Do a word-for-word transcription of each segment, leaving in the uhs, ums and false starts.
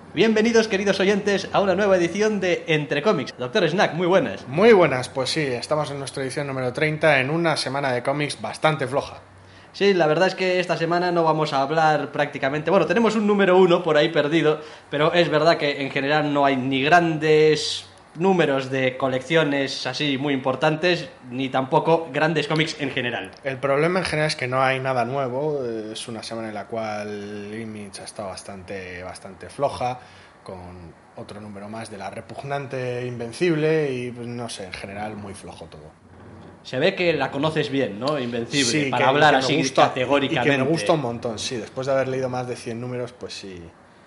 Bienvenidos, queridos oyentes, a una nueva edición de Entre Cómics. Doctor Snack, muy buenas. Muy buenas, pues sí, estamos en nuestra edición número treinta en una semana de cómics bastante floja. Sí, la verdad es que esta semana no vamos a hablar prácticamente... Bueno, tenemos un número uno por ahí perdido, pero es verdad que en general no hay ni grandes números de colecciones así muy importantes, ni tampoco grandes cómics en general. El problema en general es que no hay nada nuevo, es una semana en la cual Image ha estado bastante, bastante floja, con otro número más de la repugnante Invencible y pues, no sé, en general muy flojo todo. Se ve que la conoces bien, ¿no? Invencible, Sí, para que, hablar que así gusta, categóricamente. Y que me gusta un montón, sí, después de haber leído más de cien números, pues sí,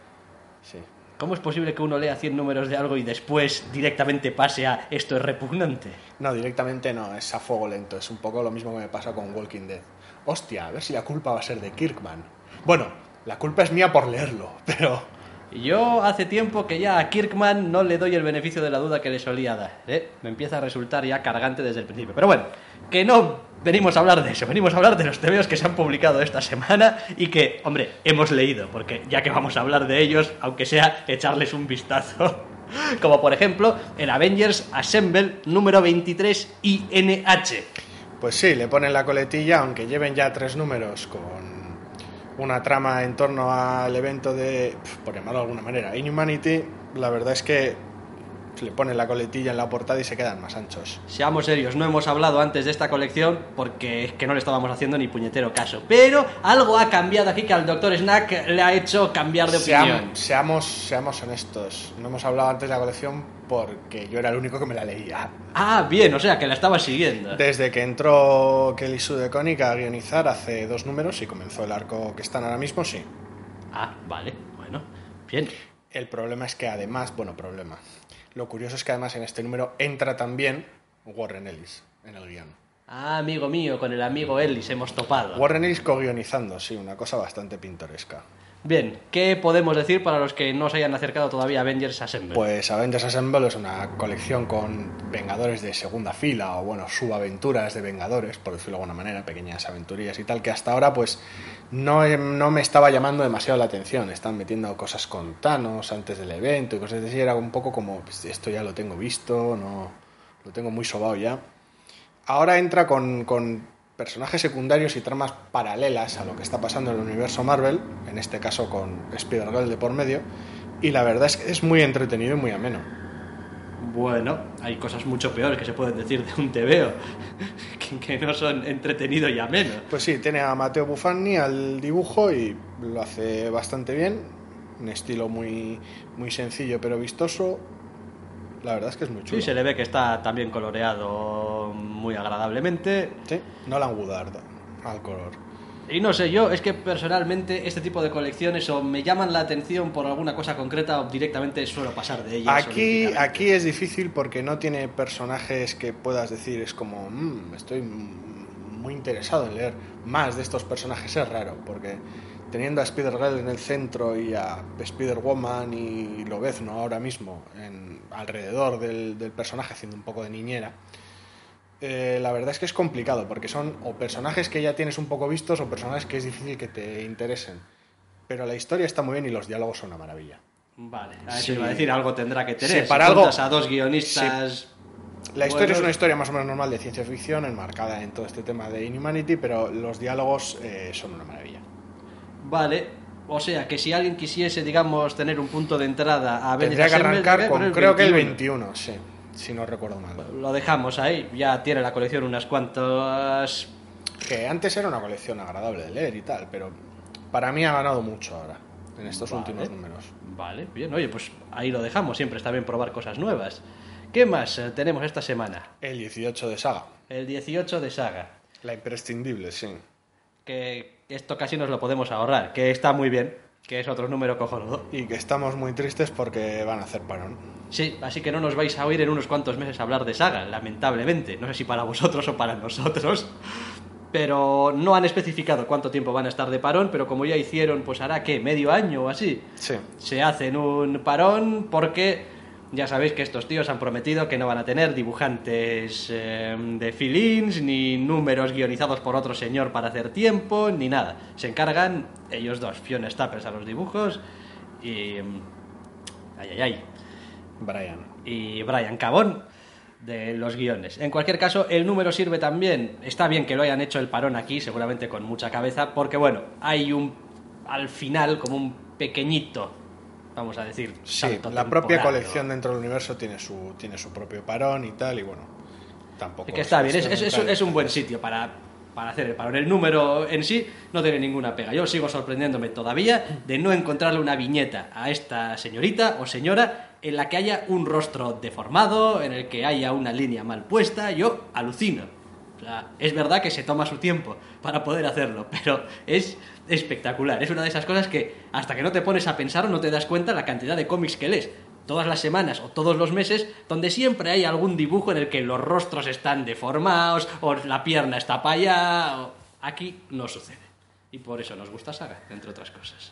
sí. ¿Cómo es posible que uno lea cien números de algo y después directamente pase a esto es repugnante? No, directamente no, es a fuego lento. Es un poco lo mismo que me pasa con Walking Dead. Hostia, a ver si la culpa va a ser de Kirkman. Bueno, la culpa es mía por leerlo, pero... Yo hace tiempo que ya a Kirkman no le doy el beneficio de la duda que le solía dar, ¿eh? Me empieza a resultar ya cargante desde el principio. Pero bueno, que no venimos a hablar de eso, venimos a hablar de los tebeos que se han publicado esta semana y que, hombre, hemos leído, porque ya que vamos a hablar de ellos, aunque sea echarles un vistazo. Como por ejemplo, el Avengers Assemble número veintitrés I N H. Pues sí, le ponen la coletilla, aunque lleven ya tres números con una trama en torno al evento de, por llamarlo de alguna manera, Inhumanity. La verdad es que le ponen la coletilla en la portada y se quedan más anchos. Seamos serios, no hemos hablado antes de esta colección porque es que no le estábamos haciendo ni puñetero caso. Pero algo ha cambiado aquí que al doctor Snack le ha hecho cambiar de opinión. Seam, seamos, seamos honestos, no hemos hablado antes de la colección porque yo era el único que me la leía. Ah, bien, o sea que la estaba siguiendo. Desde que entró Kelly Sue DeConnick a guionizar hace dos números y comenzó el arco que están ahora mismo, sí. Ah, vale, bueno, bien. El problema es que además, bueno, problema... Lo curioso es que además en este número entra también Warren Ellis en el guión. Ah, amigo mío, con el amigo Ellis hemos topado. Warren Ellis co-guionizando, sí, una cosa bastante pintoresca. Bien, ¿qué podemos decir para los que no se hayan acercado todavía a Avengers Assemble? Pues Avengers Assemble es una colección con Vengadores de segunda fila, o bueno, subaventuras de Vengadores, por decirlo de alguna manera, pequeñas aventurillas y tal, que hasta ahora pues no, no me estaba llamando demasiado la atención. Están metiendo cosas con Thanos antes del evento y cosas así, era un poco como, pues, esto ya lo tengo visto, no lo tengo muy sobado ya. Ahora entra con... con personajes secundarios y tramas paralelas a lo que está pasando en el universo Marvel, en este caso con Spider-Girl de por medio, y la verdad es que es muy entretenido y muy ameno. Bueno, hay cosas mucho peores que se pueden decir de un tebeo, que, que no son entretenido y ameno. Pues sí, tiene a Matteo Bufani al dibujo y lo hace bastante bien, un estilo muy, muy sencillo pero vistoso. La verdad es que es muy chulo. Sí, se le ve que está también coloreado muy agradablemente. Sí, Nolan Woodard al color. Y no sé, yo es que personalmente este tipo de colecciones o me llaman la atención por alguna cosa concreta o directamente suelo pasar de ellas. Aquí, aquí es difícil porque no tiene personajes que puedas decir, es como, mmm, estoy muy interesado en leer más de estos personajes. Es raro, porque teniendo a Spider-Girl en el centro y a Spider-Woman y Lobezno ahora mismo en, alrededor del, del personaje haciendo un poco de niñera, eh, la verdad es que es complicado porque son o personajes que ya tienes un poco vistos o personajes que es difícil que te interesen, pero la historia está muy bien y los diálogos son una maravilla. Vale, a eso sí. iba a decir, algo tendrá que tener. Sí, para si algo a dos guionistas... Sí. La historia buenos... es una historia más o menos normal de ciencia ficción, enmarcada en todo este tema de Inhumanity, pero los diálogos eh, son una maravilla. Vale, o sea, que si alguien quisiese, digamos, tener un punto de entrada a Tendría que arrancar con, creo que el veintiuno, sí, si no recuerdo mal. Lo dejamos ahí, ya tiene la colección unas cuantas... Que antes era una colección agradable de leer y tal, pero para mí ha ganado mucho ahora, en estos vale. últimos números. Vale, bien, oye, pues ahí lo dejamos, siempre está bien probar cosas nuevas. ¿Qué más tenemos esta semana? El dieciocho de Saga. El dieciocho de Saga. La imprescindible, sí. Que esto casi nos lo podemos ahorrar, que está muy bien, que es otro número cojonudo. Y que estamos muy tristes porque van a hacer parón. Sí, así que no nos vais a oír en unos cuantos meses hablar de Saga, lamentablemente. No sé si para vosotros o para nosotros. Pero no han especificado cuánto tiempo van a estar de parón, pero como ya hicieron, pues hará, ¿qué? ¿Medio año o así? Sí. Se hacen un parón porque... Ya sabéis que estos tíos han prometido que no van a tener dibujantes eh, de fill-ins, ni números guionizados por otro señor para hacer tiempo, ni nada. Se encargan ellos dos, Fiona Staples a los dibujos y, Ay, ay, ay. Brian. Y Brian Cabón, de los guiones. En cualquier caso, el número sirve también. Está bien que lo hayan hecho el parón aquí, seguramente con mucha cabeza, porque bueno, hay un, al final, como un pequeñito, vamos a decir, Sí, salto la propia temporal, colección ¿no? dentro del universo tiene su, tiene su propio parón y tal, y bueno, tampoco... Que está bien, es, cuestión es, de es, entrar es en un buen detalles. sitio para, para hacer el parón. El número en sí no tiene ninguna pega. Yo sigo sorprendiéndome todavía de no encontrarle una viñeta a esta señorita o señora en la que haya un rostro deformado, en el que haya una línea mal puesta. Yo alucino. O sea, es verdad que se toma su tiempo para poder hacerlo, pero es espectacular. Es una de esas cosas que hasta que no te pones a pensar o no te das cuenta la cantidad de cómics que lees todas las semanas o todos los meses, donde siempre hay algún dibujo en el que los rostros están deformados o la pierna está para allá. O... Aquí no sucede. Y por eso nos gusta Saga, entre otras cosas.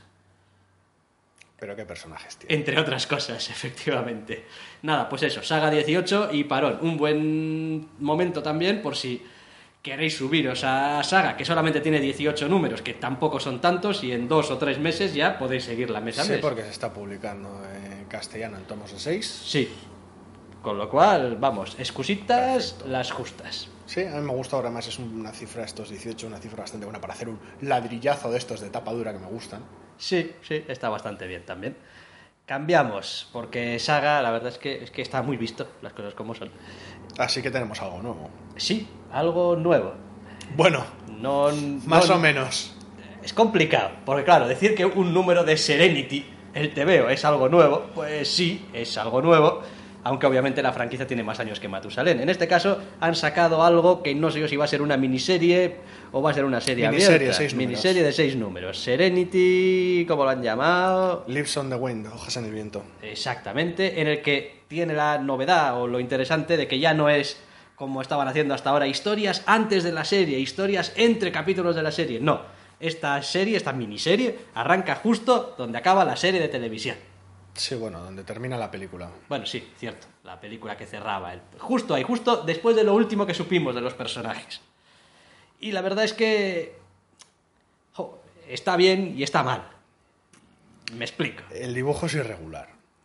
Pero qué personajes tiene. Entre otras cosas, efectivamente. Nada, pues eso, Saga dieciocho y parón. Un buen momento también por si queréis subiros a Saga, que solamente tiene dieciocho números, que tampoco son tantos, y en dos o tres meses ya podéis seguir la mesa a Sí, mes. porque se está publicando en castellano en tomos de seis. Sí. Con lo cual, vamos, excusitas Perfecto. las justas. Sí, a mí me gusta, ahora más es una cifra, estos dieciocho, una cifra bastante buena para hacer un ladrillazo de estos de tapa dura que me gustan. Sí, sí, está bastante bien también. Cambiamos, porque Saga, la verdad es que, es que está muy visto, las cosas como son. Así que tenemos algo nuevo. Sí, algo nuevo. Bueno, No, más no- o menos. Es complicado, porque claro, decir que un número de Serenity, el T V O, es algo nuevo, pues sí, es algo nuevo, aunque obviamente la franquicia tiene más años que Matusalén. En este caso han sacado algo que no sé yo si va a ser una miniserie o va a ser una serie Miniserie, abierta. seis números. Miniserie de seis números. Serenity, ¿cómo lo han llamado? Leaves on the Wind, hojas en el viento. Exactamente, en el que tiene la novedad o lo interesante de que ya no es como estaban haciendo hasta ahora, historias antes de la serie, historias entre capítulos de la serie. No, esta serie, esta miniserie, arranca justo donde acaba la serie de televisión. Sí, bueno, donde termina la película. Bueno, sí, cierto, la película que cerraba. El... Justo ahí, justo después de lo último que supimos de los personajes. Y la verdad es que... jo, está bien y está mal. Me explico. El dibujo es irregular.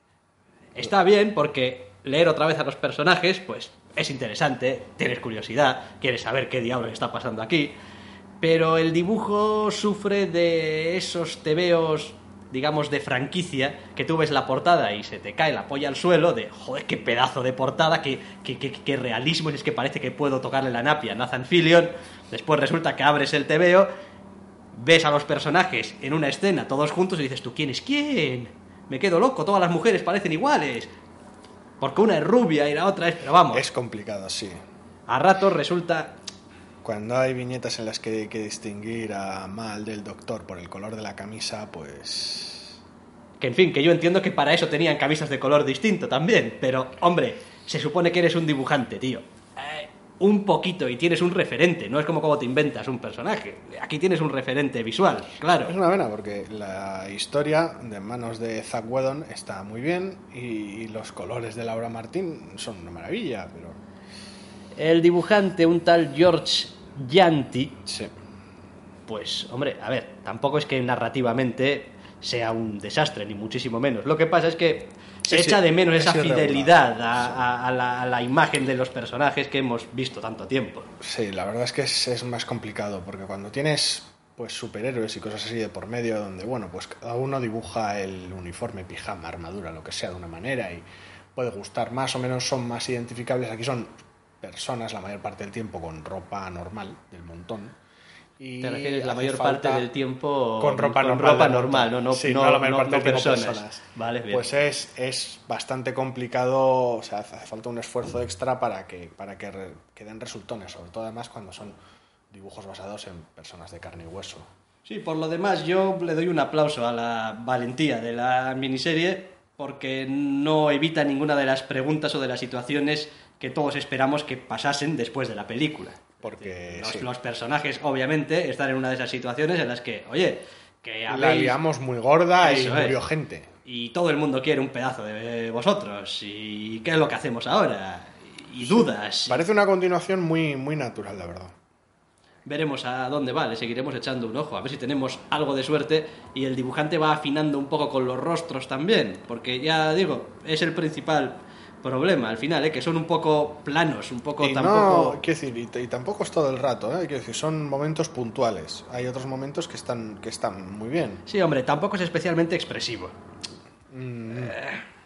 Está bien porque leer otra vez a los personajes, pues es interesante, tienes curiosidad, quieres saber qué diablos está pasando aquí, pero el dibujo sufre de esos tebeos, digamos, de franquicia, que tú ves la portada y se te cae la polla al suelo de, joder, qué pedazo de portada, qué, qué, qué, qué realismo, es que parece que puedo tocarle la napia a Nathan Fillion. Después resulta que abres el tebeo, ves a los personajes en una escena todos juntos y dices, ¿tú quién es quién? Me quedo loco, todas las mujeres parecen iguales. Porque una es rubia y la otra es... Pero vamos, Es complicado, sí. a ratos resulta... Cuando hay viñetas en las que hay que distinguir a Mal del Doctor por el color de la camisa, pues... Que en fin, que yo entiendo que para eso tenían camisas de color distinto también. Pero, hombre, se supone que eres un dibujante, tío. Eh, un poquito y tienes un referente. No es como cuando te inventas un personaje. Aquí tienes un referente visual, claro. Es una pena porque la historia de manos de Zack Whedon está muy bien y, y los colores de Laura Martín son una maravilla, pero... El dibujante, un tal George Yanti, Sí. pues, hombre, a ver, tampoco es que narrativamente sea un desastre, ni muchísimo menos. Lo que pasa es que se Sí, echa sí, de menos es esa irregular, fidelidad a, sí. a- a la, a la imagen de los personajes que hemos visto tanto tiempo. Sí, la verdad es que es, es más complicado porque cuando tienes pues superhéroes y cosas así de por medio donde, bueno, pues cada uno dibuja el uniforme, pijama, armadura, lo que sea de una manera y puede gustar más o menos, son más identificables. Aquí son personas la mayor parte del tiempo con ropa normal del montón. Y Te refieres la hace mayor falta parte del tiempo con ropa con normal, ropa del normal, montón. no, no, Sí, no, no la mayor no- parte no del tiempo personas. Vale, bien. Pues es, es bastante complicado, o sea, hace falta un esfuerzo extra para que, para que, re- que den resultones, sobre todo además cuando son dibujos basados en personas de carne y hueso. Sí, por lo demás yo le doy un aplauso a la valentía de la miniserie porque no evita ninguna de las preguntas o de las situaciones que todos esperamos que pasasen después de la película. Porque Los, sí, los personajes, obviamente, están en una de esas situaciones en las que, oye, que la habéis... liamos muy gorda y Eso murió es. gente. Y todo el mundo quiere un pedazo de vosotros. ¿Y qué es lo que hacemos ahora? Y dudas. Parece una continuación muy, muy natural, la verdad. veremos a dónde va, le seguiremos echando un ojo, a ver si tenemos algo de suerte y el dibujante va afinando un poco con los rostros también, porque ya digo, es el principal problema al final, ¿eh? Que son un poco planos, un poco y tampoco... no, quiero decir, y, y tampoco es todo el rato, ¿eh? Quiero decir, son momentos puntuales. Hay otros momentos que están, que están muy bien. Sí, hombre, tampoco es especialmente expresivo. Mm. Eh,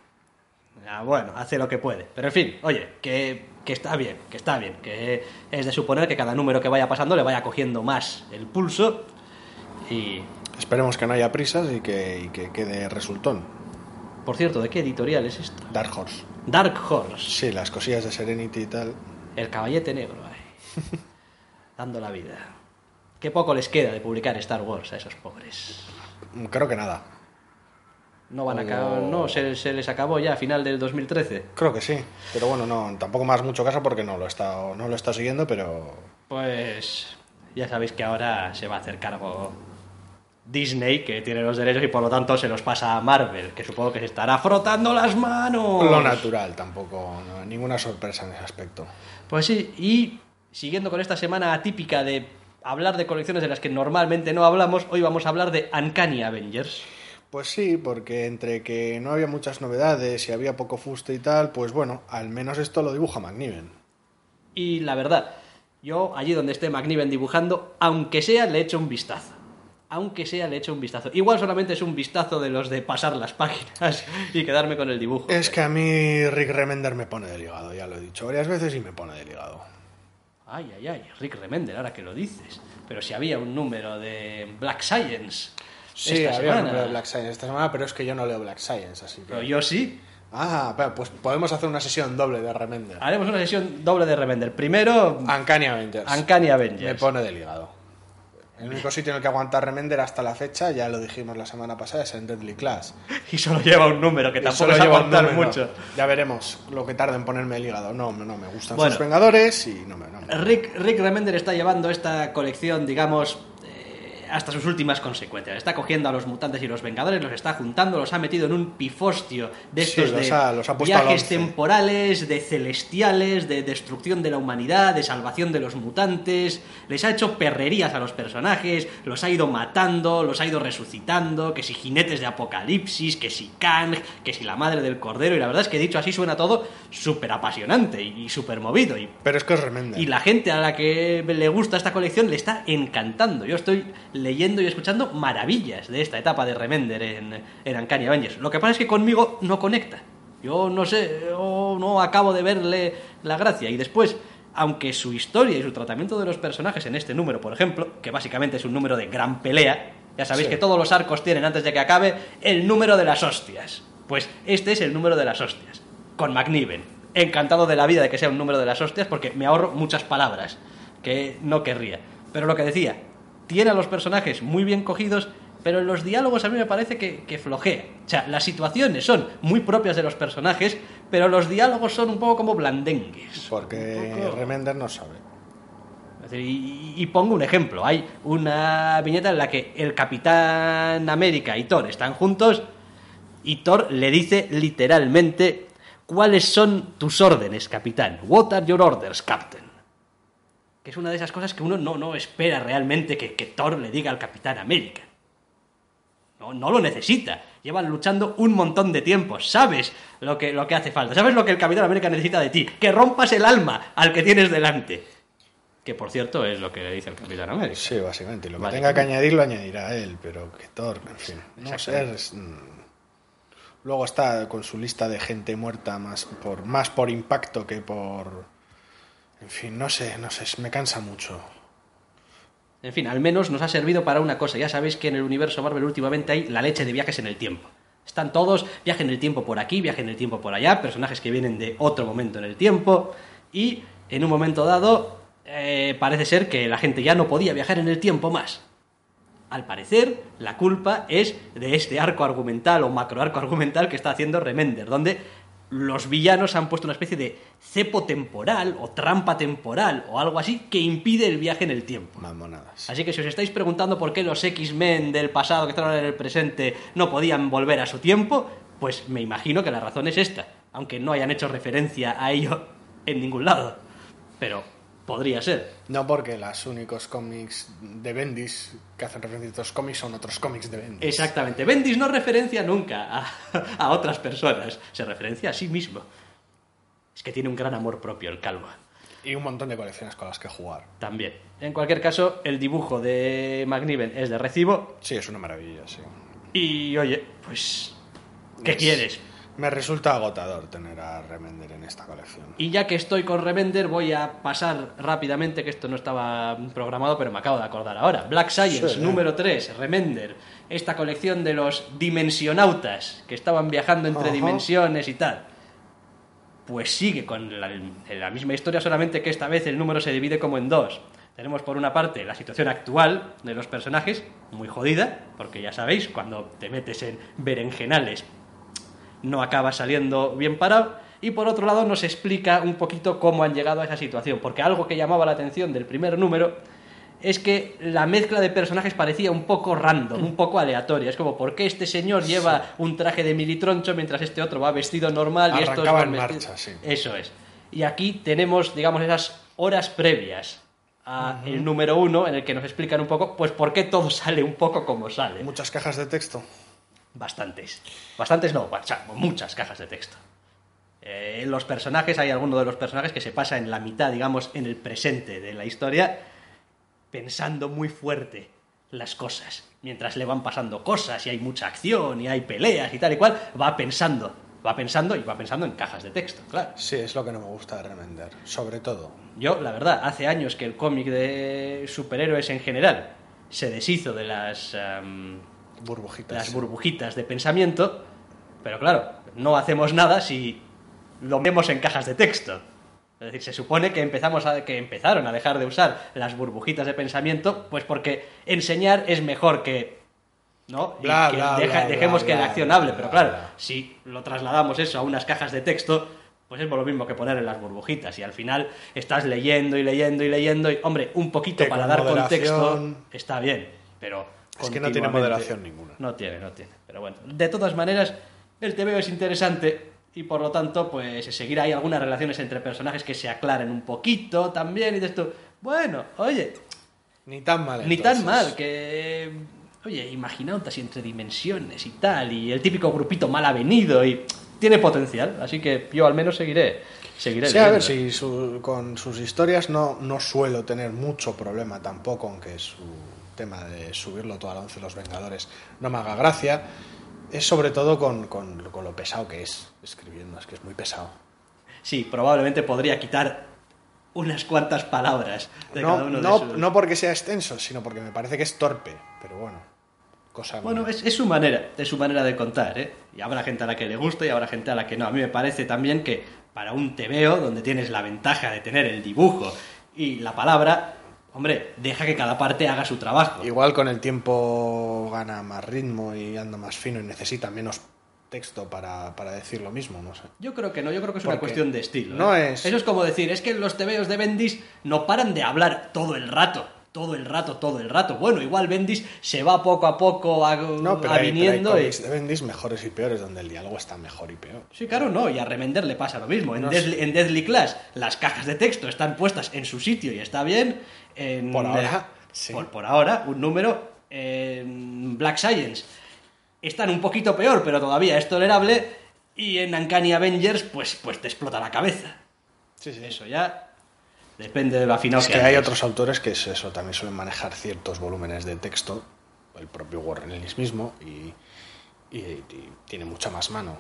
ah, bueno, hace lo que puede. Pero en fin, oye, que, que está bien, que está bien. Que es de suponer que cada número que vaya pasando le vaya cogiendo más el pulso y... Esperemos que no haya prisas y que, y que quede resultón. Por cierto, ¿de qué editorial es esto? Dark Horse. Dark Horse. Sí, las cosillas de Serenity y tal. El caballete negro, ahí. Dando la vida. Qué poco les queda de publicar Star Wars a esos pobres. Creo que nada. No van a O- acabar, no, se, se les acabó ya a final del dos mil trece. Creo que sí. Pero bueno, no, tampoco más mucho caso porque no lo he estado, no lo he estado siguiendo, pero... Pues ya sabéis que ahora se va a hacer cargo Disney, que tiene los derechos y por lo tanto se los pasa a Marvel, que supongo que se estará frotando las manos. Lo natural, tampoco, no, ninguna sorpresa en ese aspecto. Pues sí, y siguiendo con esta semana atípica de hablar de colecciones de las que normalmente no hablamos, hoy vamos a hablar de Uncanny Avengers. Pues sí, porque entre que no había muchas novedades y había poco fuste y tal, pues bueno, al menos esto lo dibuja McNiven. Y la verdad, yo allí donde esté McNiven dibujando, aunque sea, le echo un vistazo. Aunque sea, le echo un vistazo. Igual solamente es un vistazo de los de pasar las páginas y quedarme con el dibujo. Es que a mí Rick Remender me pone del hígado, ya lo he dicho varias veces y me pone del hígado. Ay, ay, ay, Rick Remender, ahora que lo dices. Pero si había un número de Black Science Sí, esta había un semana. número de Black Science esta semana, pero es que yo no leo Black Science, así que... Pero yo sí. Ah, pero pues podemos hacer una sesión doble de Remender. Haremos una sesión doble de Remender. Primero, Uncanny Avengers. Uncanny Avengers. Me pone del hígado. El único sitio en el que aguanta Remender hasta la fecha, ya lo dijimos la semana pasada, es en Deadly Class. Y solo lleva un número, que Y tampoco solo es lleva un aguantar número. mucho. Ya veremos lo que tarda en ponerme el hígado. No, no me gustan Bueno. sus Vengadores y no me... No me... Rick, Rick Remender está llevando esta colección, digamos, eh, hasta sus últimas consecuencias. Está cogiendo a los mutantes y los Vengadores, los está juntando, los ha metido en un pifostio de Sí, estos los de ha- los ha puesto al viajes once. temporales, de celestiales, de destrucción de la humanidad, de salvación de los mutantes. Les ha hecho perrerías a los personajes, los ha ido matando, los ha ido resucitando, que si jinetes de apocalipsis, que si Kang, que si la madre del cordero. Y la verdad es que dicho así suena todo súper apasionante y súper movido. Y Pero es que es Remender. y la gente a la que le gusta esta colección le está encantando. Yo estoy leyendo y escuchando maravillas de esta etapa de Remender en, en Uncanny Avengers. Lo que pasa es que conmigo no conecta. Yo no sé, yo no acabo de verle la gracia. Y después, aunque su historia y su tratamiento de los personajes en este número, por ejemplo, que básicamente es un número de gran pelea, ya sabéis Sí. que todos los arcos tienen, antes de que acabe, el número de las hostias. Pues este es el número de las hostias, con McNiven. Encantado de la vida de que sea un número de las hostias, porque me ahorro muchas palabras que no querría. Pero lo que decía, tiene a los personajes muy bien cogidos, pero en los diálogos a mí me parece que, que flojea. O sea, las situaciones son muy propias de los personajes, pero los diálogos son un poco como blandengues. Porque Un poco- Remender no sabe. Es decir, Y, y pongo un ejemplo. Hay una viñeta en la que el Capitán América y Thor están juntos y Thor le dice literalmente: ¿cuáles son tus órdenes, capitán? What are your orders, captain? Que es una de esas cosas que uno no, no espera realmente que, que Thor le diga al Capitán América. No, no lo necesita. Llevan luchando un montón de tiempo. Sabes lo que, lo que hace falta. Sabes lo que el Capitán América necesita de ti. Que rompas el alma al que tienes delante. Que, por cierto, es lo que le dice el Capitán América. Sí, básicamente. Y lo que Vale. tenga que añadir lo añadirá él, pero que Thor, en fin. No sé, es, mm, luego está con su lista de gente muerta más por, más por impacto que por... En fin, no sé, no sé, me cansa mucho. En fin, al menos nos ha servido para una cosa. Ya sabéis que en el universo Marvel últimamente hay la leche de viajes en el tiempo. Están todos, viaje en el tiempo por aquí, viaje en el tiempo por allá, personajes que vienen de otro momento en el tiempo, y en un momento dado eh, parece ser que la gente ya no podía viajar en el tiempo más. Al parecer, la culpa es de este arco argumental o macroarco argumental que está haciendo Remender, donde los villanos han puesto una especie de cepo temporal o trampa temporal o algo así que impide el viaje en el tiempo. Mamonadas. Así que si os estáis preguntando por qué los X-Men del pasado que están ahora en el presente no podían volver a su tiempo, pues me imagino que la razón es esta, aunque no hayan hecho referencia a ello en ningún lado. Pero Podría ser. No, porque los únicos cómics de Bendis que hacen referencia a otros cómics son otros cómics de Bendis. Exactamente. Bendis no referencia nunca a, a otras personas, se referencia a sí mismo. Es que tiene un gran amor propio el calvo. Y un montón de colecciones con las que jugar. También. En cualquier caso, el dibujo de McNiven es de recibo. Sí, es una maravilla, sí. Y oye, pues, ¿qué Es- quieres? Me resulta agotador tener a Remender en esta colección. Y ya que estoy con Remender, voy a pasar rápidamente, que esto no estaba programado, pero me acabo de acordar ahora. Black Science, Sí, número tres, Remender. Esta colección de los dimensionautas que estaban viajando entre Ajá. dimensiones y tal. Pues sigue con la, la misma historia, solamente que esta vez el número se divide como en dos. Tenemos por una parte la situación actual de los personajes, muy jodida, porque ya sabéis, cuando te metes en berenjenales no acaba saliendo bien parado. Y por otro lado nos explica un poquito cómo han llegado a esa situación, porque algo que llamaba la atención del primer número es que la mezcla de personajes parecía un poco random, un poco aleatoria. Es como, ¿por qué este señor lleva un traje de militroncho mientras este otro va vestido normal y estos Arrancaba van en vestidos... marcha, sí. Eso es. Y aquí tenemos, digamos, esas horas previas a el número uno, en el que nos explican un poco, pues, por qué todo sale un poco como sale. Muchas cajas de texto. Bastantes. Bastantes no, o sea, muchas cajas de texto. Eh, los personajes, hay alguno de los personajes que se pasa en la mitad, digamos, en el presente de la historia, pensando muy fuerte las cosas. Mientras le van pasando cosas y hay mucha acción y hay peleas y tal y cual, va pensando, va pensando y va pensando en cajas de texto, claro. Sí, es lo que no me gusta de Remender. Sobre todo. Yo, la verdad, hace años que el cómic de superhéroes en general se deshizo de las... em, Burbujitas. las burbujitas de pensamiento, pero claro, no hacemos nada si lo vemos en cajas de texto. Es decir, se supone que empezamos a, que empezaron a dejar de usar las burbujitas de pensamiento, pues porque enseñar es mejor que, ¿no? Y Bla, que bla, deja- bla, dejemos bla, que la bla, acción hable, bla, pero bla, claro, bla. si lo trasladamos eso a unas cajas de texto, pues es lo mismo que poner en las burbujitas, y al final estás leyendo y leyendo y leyendo, y hombre, un poquito Que para con dar moderación- contexto está bien, pero Es que no tiene continuamente- moderación ninguna. No tiene, no tiene. Pero bueno, de todas maneras, el T V O es interesante y por lo tanto, pues seguirá hay algunas relaciones entre personajes que se aclaren un poquito también y de esto. Bueno, oye, Ni tan mal. ni tan entonces. mal que. Oye, imaginaos así entre dimensiones y tal, y el típico grupito mal avenido y tiene potencial, así que yo al menos seguiré. Seguiré Sí, a ver, leyendo. si su- con sus historias no, no suelo tener mucho problema tampoco, aunque su tema de subirlo todo al once de los Vengadores no me haga gracia. Es sobre todo con, con, con lo pesado que es escribiendo, es que es muy pesado. Sí, probablemente podría quitar unas cuantas palabras de cada No, uno no, de sus... no porque sea extenso, sino porque me parece que es torpe, pero bueno, cosa Bueno, mía. es, es su manera, es su manera de contar, ¿eh? Y habrá gente a la que le guste y habrá gente a la que no. A mí me parece también que para un tebeo, donde tienes la ventaja de tener el dibujo y la palabra, hombre, deja que cada parte haga su trabajo. Igual con el tiempo gana más ritmo y anda más fino y necesita menos texto para, para decir lo mismo, no sé. Yo creo que no, yo creo que es una Porque cuestión de estilo. ¿eh? no es- Eso es como decir, es que los tebeos de Bendis no paran de hablar todo el rato. Todo el rato, todo el rato. Bueno, igual Bendis se va poco a poco a, No, pero hay, aviniendo pero hay y... cómics de Bendis mejores y peores, donde el diálogo está mejor y peor. Sí, claro, no, y a Remender le pasa lo mismo. En, No Deathly, en Deathly Class las cajas de texto están puestas en su sitio y está bien. En, Por ahora, eh, sí. por, por ahora, un número. En Black Science están un poquito peor, pero todavía es tolerable. Y en Uncanny Avengers, pues, pues te explota la cabeza. Sí, sí. Eso ya depende de lo afinado Es que que hay andes. otros autores que es eso, también suelen manejar ciertos volúmenes de texto, el propio Warren Ellis mismo, y, y, y tiene mucha más mano.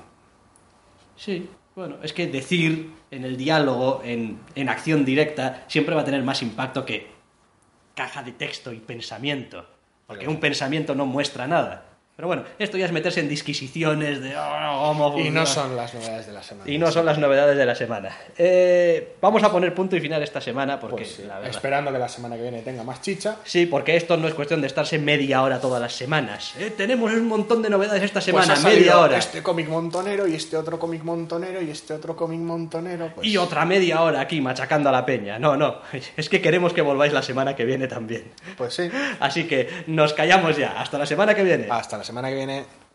Sí, bueno, es que decir en el diálogo, en, en acción directa, siempre va a tener más impacto que caja de texto y pensamiento. Porque Claro. un pensamiento no muestra nada. Pero bueno, esto ya es meterse en disquisiciones de... "Oh, cómo Y no funciona". son las novedades de la semana. Y no son las novedades de la semana. Eh, vamos a poner punto y final esta semana porque Pues sí, la verdad... esperando que la semana que viene tenga más chicha. Sí, porque esto no es cuestión de estarse media hora todas las semanas. Eh, tenemos un montón de novedades esta semana, Pues ha salido media hora. este cómic montonero y este otro cómic montonero y este otro cómic montonero. Pues... Y otra media hora aquí machacando a la peña. No, no, es que queremos que volváis la semana que viene también. Pues sí. Así que nos callamos ya. Hasta la semana que viene. Hasta la semana que viene.